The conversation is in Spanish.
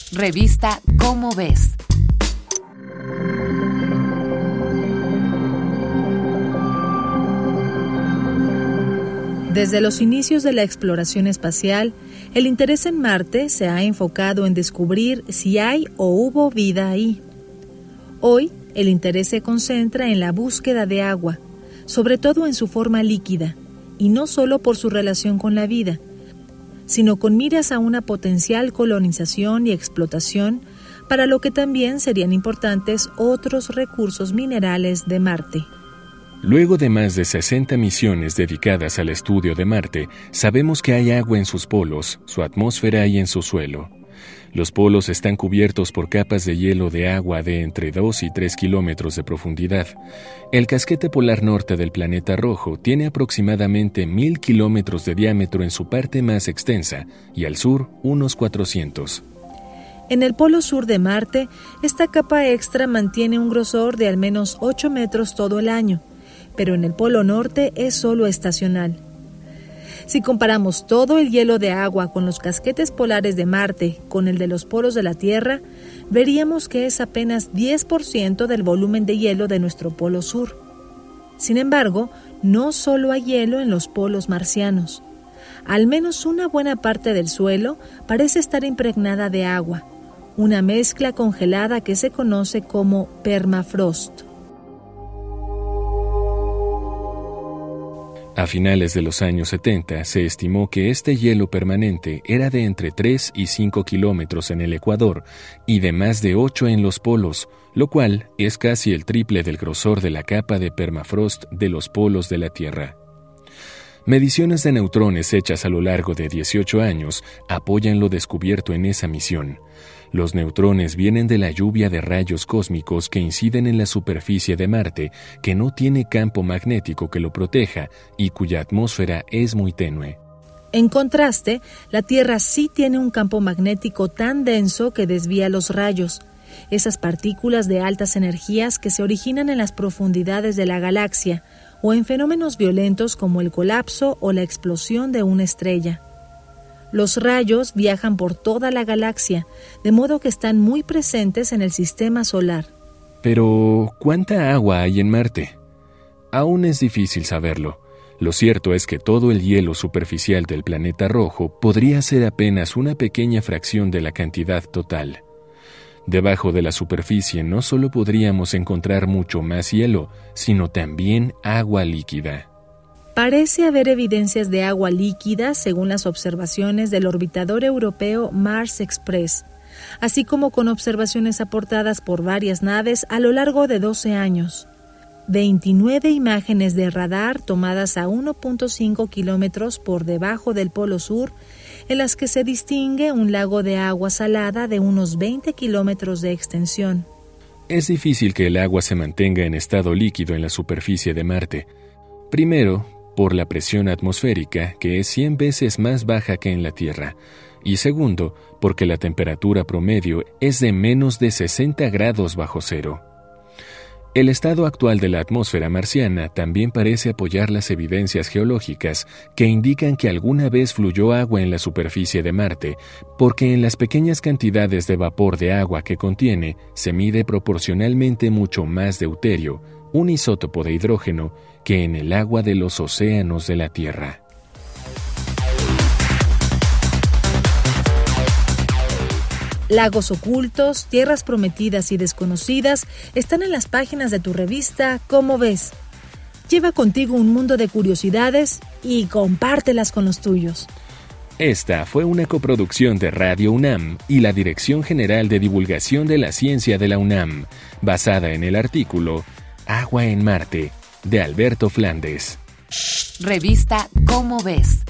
Revista Cómo Ves. Desde los inicios de la exploración espacial, el interés en Marte se ha enfocado en descubrir si hay o hubo vida ahí. Hoy, el interés se concentra en la búsqueda de agua, sobre todo en su forma líquida, y no solo por su relación con la vida, sino con miras a una potencial colonización y explotación, para lo que también serían importantes otros recursos minerales de Marte. Luego de más de 60 misiones dedicadas al estudio de Marte, sabemos que hay agua en sus polos, su atmósfera y en su suelo. Los polos están cubiertos por capas de hielo de agua de entre 2 y 3 kilómetros de profundidad. El casquete polar norte del planeta rojo tiene aproximadamente 1,000 kilómetros de diámetro en su parte más extensa y al sur unos 400. En el polo sur de Marte, esta capa extra mantiene un grosor de al menos 8 metros todo el año, pero en el polo norte es solo estacional. Si comparamos todo el hielo de agua con los casquetes polares de Marte con el de los polos de la Tierra, veríamos que es apenas 10% del volumen de hielo de nuestro polo sur. Sin embargo, no solo hay hielo en los polos marcianos. Al menos una buena parte del suelo parece estar impregnada de agua, una mezcla congelada que se conoce como permafrost. A finales de los años 70 se estimó que este hielo permanente era de entre 3 y 5 kilómetros en el ecuador y de más de 8 en los polos, lo cual es casi el triple del grosor de la capa de permafrost de los polos de la Tierra. Mediciones de neutrones hechas a lo largo de 18 años apoyan lo descubierto en esa misión. Los neutrones vienen de la lluvia de rayos cósmicos que inciden en la superficie de Marte, que no tiene campo magnético que lo proteja y cuya atmósfera es muy tenue. En contraste, la Tierra sí tiene un campo magnético tan denso que desvía los rayos, esas partículas de altas energías que se originan en las profundidades de la galaxia o en fenómenos violentos como el colapso o la explosión de una estrella. Los rayos viajan por toda la galaxia, de modo que están muy presentes en el sistema solar. Pero, ¿cuánta agua hay en Marte? Aún es difícil saberlo. Lo cierto es que todo el hielo superficial del planeta rojo podría ser apenas una pequeña fracción de la cantidad total. Debajo de la superficie no solo podríamos encontrar mucho más hielo, sino también agua líquida. Parece haber evidencias de agua líquida según las observaciones del orbitador europeo Mars Express, así como con observaciones aportadas por varias naves a lo largo de 12 años. 29 imágenes de radar tomadas a 1.5 kilómetros por debajo del Polo Sur, en las que se distingue un lago de agua salada de unos 20 kilómetros de extensión. Es difícil que el agua se mantenga en estado líquido en la superficie de Marte. Primero, por la presión atmosférica, que es 100 veces más baja que en la Tierra, y segundo, porque la temperatura promedio es de menos de 60 grados bajo cero. El estado actual de la atmósfera marciana también parece apoyar las evidencias geológicas que indican que alguna vez fluyó agua en la superficie de Marte, porque en las pequeñas cantidades de vapor de agua que contiene se mide proporcionalmente mucho más deuterio, un isótopo de hidrógeno, que en el agua de los océanos de la Tierra. Lagos ocultos, tierras prometidas y desconocidas están en las páginas de tu revista Cómo Ves. Lleva contigo un mundo de curiosidades y compártelas con los tuyos. Esta fue una coproducción de Radio UNAM y la Dirección General de Divulgación de la Ciencia de la UNAM, basada en el artículo Agua en Marte, de Alberto Flandes. Revista Cómo Ves.